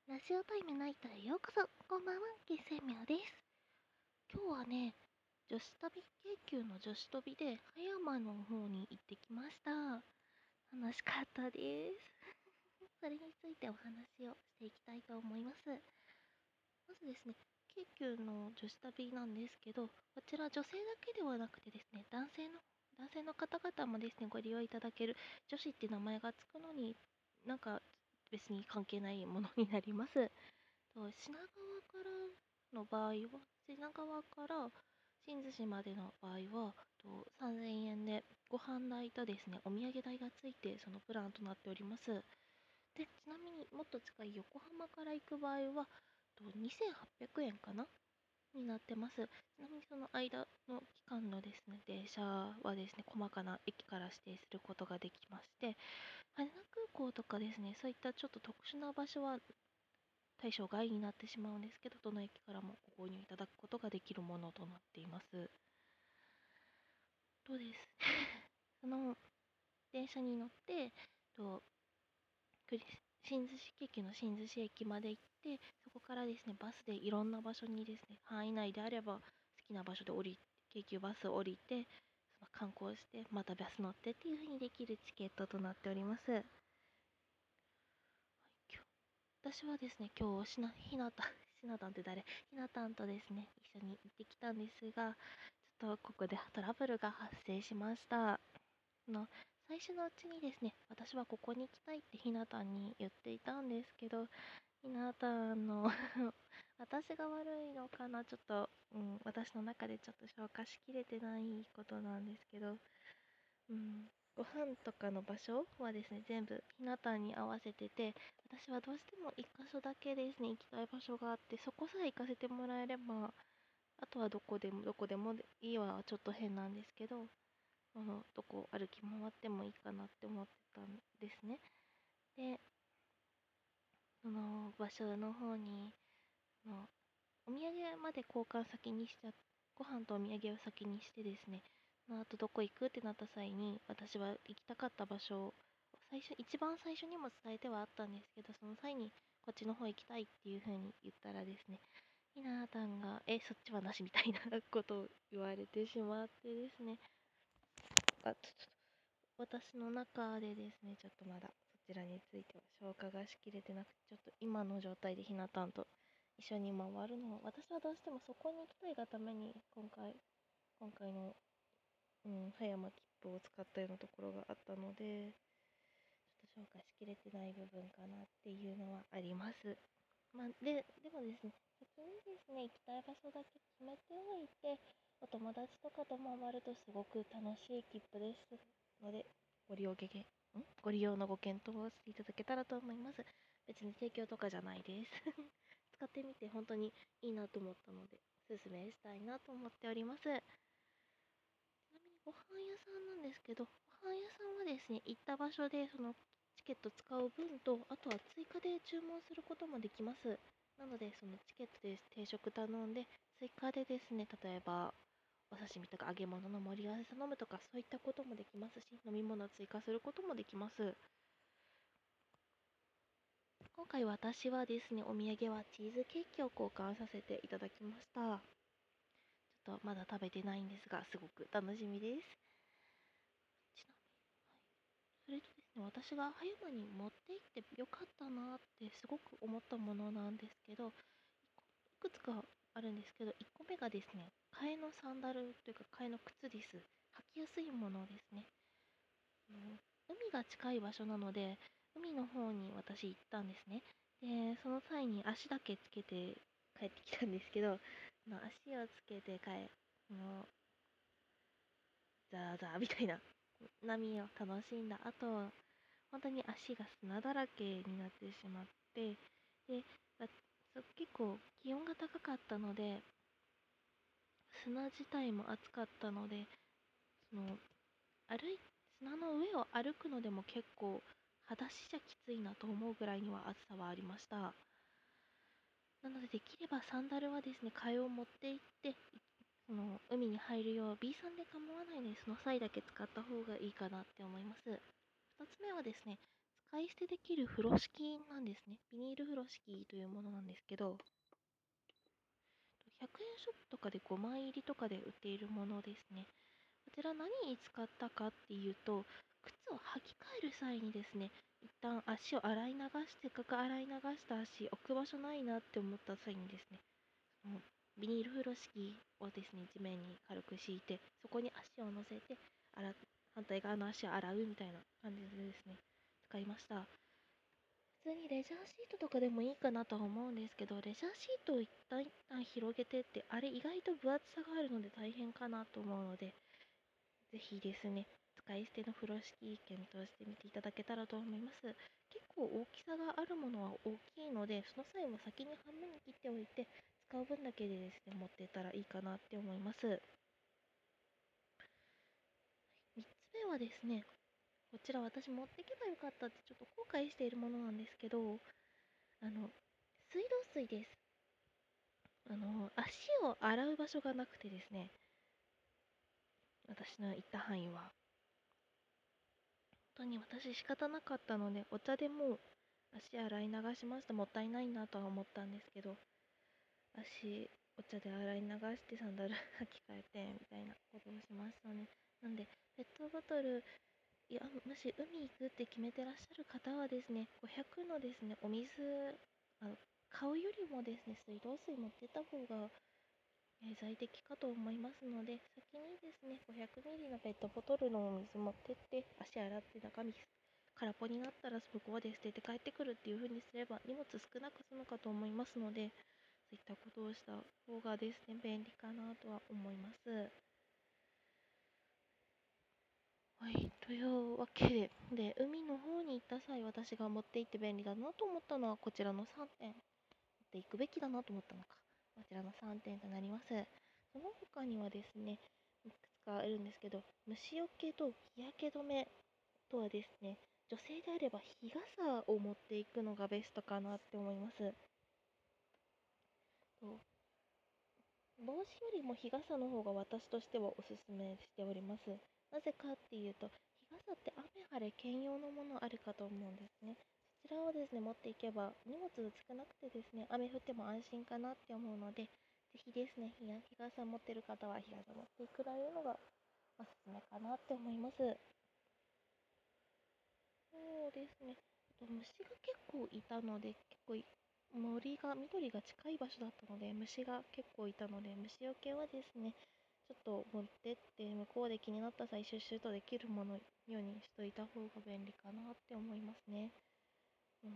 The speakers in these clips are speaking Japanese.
ラジオタイムナイトへようこそ。こんばんは、月星明です。今日はね、女子旅京急の女子旅で葉山の方に行ってきました。楽しかったです。それについてお話をしていきたいと思います。まずですね、京急の女子旅なんですけど、こちら女性だけではなくてですね、男性の方々もですね、ご利用いただける女子って名前がつくのになんか別に関係ないものになります。品川からの場合は、品川から新津市までの場合は、3000円でご飯代とですね、お土産代がついてそのプランとなっております。で、ちなみにもっと近い横浜から行く場合は、2800円かなになってます。ちなみにその間の期間のですね、電車はですね、細かな駅から指定することができまして、羽田空港とかですね、そういったちょっと特殊な場所は対象外になってしまうんですけど、どの駅からもご購入いただくことができるものとなっています。どうです。その電車に乗って、と新津市京急の新津市駅まで行って、そこからですね、バスでいろんな場所にですね、範囲内であれば好きな場所で京急バスを降りて、その観光して、またバス乗ってっていう風にできるチケットとなっております。はい、私はですね、今日ひなたんって誰ひなたんとですね、一緒に行ってきたんですが、ちょっとここでトラブルが発生しました。の最初のうちにですね、私はここに行きたいってひなたんに言っていたんですけど、ひなたんの私が悪いのかな、ちょっと、私の中でちょっと消化しきれてないことなんですけど、うん、ご飯とかの場所はですね、全部ひな壇に合わせてて、私はどうしても1箇所だけですね、行きたい場所があって、そこさえ行かせてもらえれば、あとはどこでもいいはちょっと変なんですけど、どこ歩き回ってもいいかなって思ってたんですね。で、その場所の方に、のお土産まで交換先にしちゃご飯とお土産を先にしてですね、あとどこ行くってなった際に、私は行きたかった場所を一番最初にも伝えてはあったんですけど、その際にこっちの方行きたいっていう風に言ったらですね、ひなたんが、そっちはなしみたいなことを言われてしまってですね、ちょっと私の中でですね、ちょっとまだそちらについては消化がしきれてなくて、ちょっと今の状態でひなたんと一緒に回るのは、私はどうしてもそこに行きたいがために今回の、葉山切符を使ったようなところがあったので、ちょっと消化しきれてない部分かなっていうのはあります。でもですね、先にですね、行きたい場所だけ決めておいて、お友達とかと回るとすごく楽しい切符ですので、ご利用のご検討をしていただけたらと思います。別に提供とかじゃないです。使ってみて本当にいいなと思ったので、おすすめしたいなと思っております。ちなみにご飯屋さんなんですけど、ご飯屋さんはですね、行った場所でそのチケット使う分と、あとは追加で注文することもできます。なので、そのチケットで定食頼んで、追加でですね、例えばお刺身とか揚げ物の盛り合わせ頼むとか、そういったこともできますし、飲み物を追加することもできます。今回私はですね、お土産はチーズケーキを交換させていただきました。ちょっとまだ食べてないんですが、すごく楽しみです。ちなみに、それとですね、私が葉山に持って行ってよかったなってすごく思ったものなんですけど、いくつかあるんですけど、1個目がですね、替えのサンダルというか替えの靴です。履きやすいものですね。海が近い場所なので、海の方に私行ったんですね。で、その際に足だけつけて帰ってきたんですけど、その足をつけてそのザーザーみたいな波を楽しんだ後、本当に足が砂だらけになってしまって、で、結構気温が高かったので、砂自体も暑かったので、その歩い砂の上を歩くのでも結構裸足じゃきついなと思うぐらいには暑さはありました。なのでできればサンダルはですね、替えを持って行って、その海に入るよう B さんで構わないので、その際だけ使った方がいいかなって思います。2つ目はですね、 使い捨てできる風呂敷なんですね。ビニール風呂敷というものなんですけど、100円ショップとかで5枚入りとかで売っているものですね。こちら何に使ったかっていうと、靴を履き替える際にですね、一旦足を洗い流して、せっかく洗い流した足、置く場所ないなって思った際にですね、そのビニール風呂敷をですね、地面に軽く敷いて、そこに足を乗せて、反対側の足を洗うみたいな感じでですね、使いました。普通にレジャーシートとかでもいいかなとは思うんですけど、レジャーシートを一旦広げてって、あれ意外と分厚さがあるので大変かなと思うので、ぜひですね、使い捨ての風呂敷検討してみていただけたらと思います。結構大きさがあるものは大きいので、その際は先に半分に切っておいて、使う分だけでですね、持ってったらいいかなって思います。3つ目はですね、こちら私持ってけばよかったってちょっと後悔しているものなんですけど、水道水です。足を洗う場所がなくてですね、私の行った範囲は。本当に私仕方なかったので、お茶でもう足洗い流しました。もったいないなとは思ったんですけど、足、お茶で洗い流してサンダル履き替えてみたいなことをしましたね。なんで、ペットボトル、いや、もし海行くって決めてらっしゃる方はですね、500のですね、お水、買うよりもですね、水道水持ってった方が最適かと思いますので、先にですね、500ミリのペットボトルのお水持ってって、足洗って中身空っぽになったらそこで捨てて帰ってくるっていう風にすれば荷物少なく済むかと思いますので、そういったことをした方がですね、便利かなとは思います。はい、というわけで、海の方に行った際、私が持って行って便利だなと思ったのはこちらの3点。持っていくべきだなと思ったのか。こちらの3点となります。その他にはですね、いくつかあるんですけど、虫除けと日焼け止めとはですね、女性であれば日傘を持っていくのがベストかなって思います。と帽子よりも日傘の方が私としてはおすすめしております。なぜかっていうと、日傘って雨晴れ兼用のものあるかと思うんですね。そちらをですね、持っていけば荷物少なくてですね、雨降っても安心かなって思うので、ぜひですね、日傘持ってる方は日傘持っていくられるのがおすすめかなって思います。そうですね。虫が結構いたので、結構緑が近い場所だったので、虫が結構いたので、虫除けはですね、ちょっと持ってって、向こうで気になった際、シュッシュッとできるものようにしといた方が便利かなって思いますね。うん。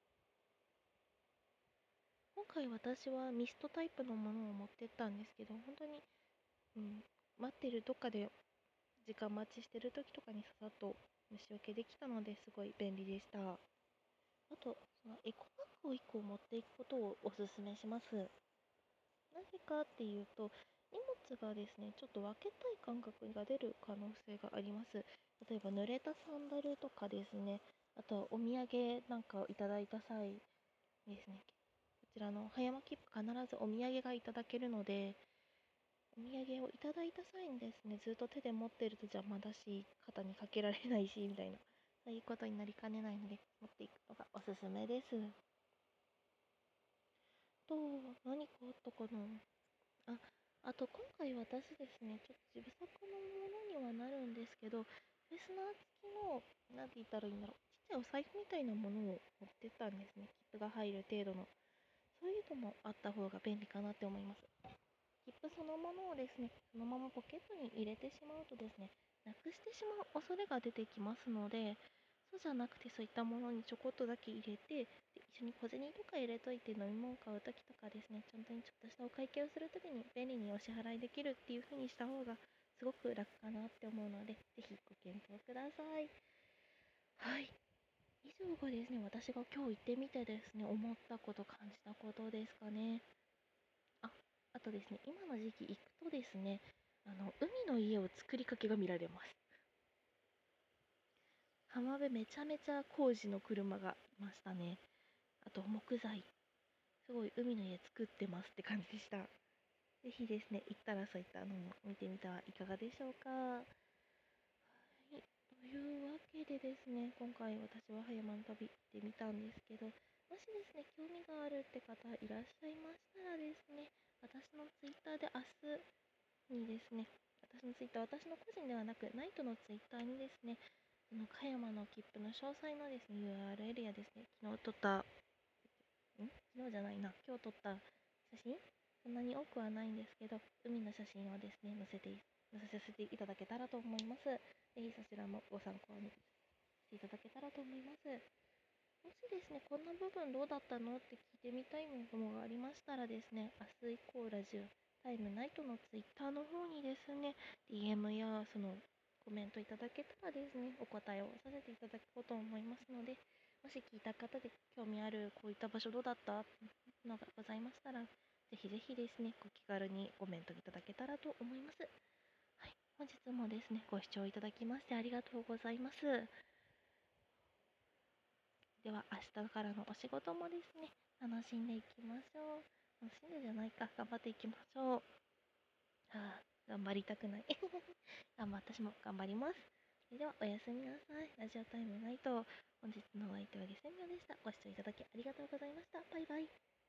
今回私はミストタイプのものを持ってったんですけど、本当に、うん、どっかで時間待ちしてる時とかにささっと虫除けできたのですごい便利でした。あと、そのエコバッグを1個持っていくことをおすすめします。なぜかっていうと、荷物がですね、ちょっと分けたい感覚が出る可能性があります。例えば、濡れたサンダルとかですね、あとはお土産なんかをいただいた際ですね、こちらの葉山切符必ずお土産がいただけるので、お土産をいただいた際にですね、ずっと手で持ってると邪魔だし、肩にかけられないし、みたいな、そういうことになりかねないので、持っていくのがおすすめです。と、何かあったかなあ、あと今回私ですね、ちょっと自作のものにはなるんですけど、フェスナー付きの、なんて言ったらいいんだろう、ちっちゃいお財布みたいなものを持ってったんですね。切符が入る程度の。そういうのもあった方が便利かなって思います。切符そのものをですね、そのままポケットに入れてしまうとですね、なくしてしまう恐れが出てきますので、そうじゃなくてそういったものにちょこっとだけ入れて、で一緒に小銭とか入れといて飲み物買うときとかですね、本当にちょっとしたお会計をするときに便利にお支払いできるっていう風にした方がすごく楽かなって思うので、ぜひご検討ください。はい。以上がですね、私が今日行ってみてですね、思ったこと、感じたことですかね。あ、あとですね、今の時期行くとですね、海の家を作りかけが見られます。浜辺めちゃめちゃ工事の車がいましたね。あと木材、すごい海の家作ってますって感じでした。ぜひですね、行ったらそういったのも見てみてはいかがでしょうか。はい。 というわけでですね、今回私は葉山の旅で見たんですけど、もしですね、興味があるって方いらっしゃいましたらですね、私のツイッターで明日にですね、私のツイッター、私の個人ではなく、ナイトのツイッターにですね、その葉山の切符の詳細のですね、URL やですね、昨日撮った、昨日じゃないな、今日撮った写真、そんなに多くはないんですけど、海の写真をですね、載せさせていただけたらと思います。ぜひそちらもご参考にしていただけたらと思います。もしですね、こんな部分どうだったのって聞いてみたいものがありましたらですね、明日以降ラジオタイムナイトのツイッターの方にですね、DM やそのコメントいただけたらですね、お答えをさせていただこうと思いますので、もし聞いた方で興味あるこういった場所どうだったのがございましたら、ぜひぜひですね、ご気軽にコメントいただけたらと思います。はい、本日もですね、ご視聴いただきましてありがとうございます。では明日からのお仕事もですね、楽しんでいきましょう。楽しんでじゃないか、頑張っていきましょう。頑張りたくない。私も頑張ります。それではおやすみなさい。ラジオタイムナイト。本日のお相手はゲセミョでした。ご視聴いただきありがとうございました。バイバイ。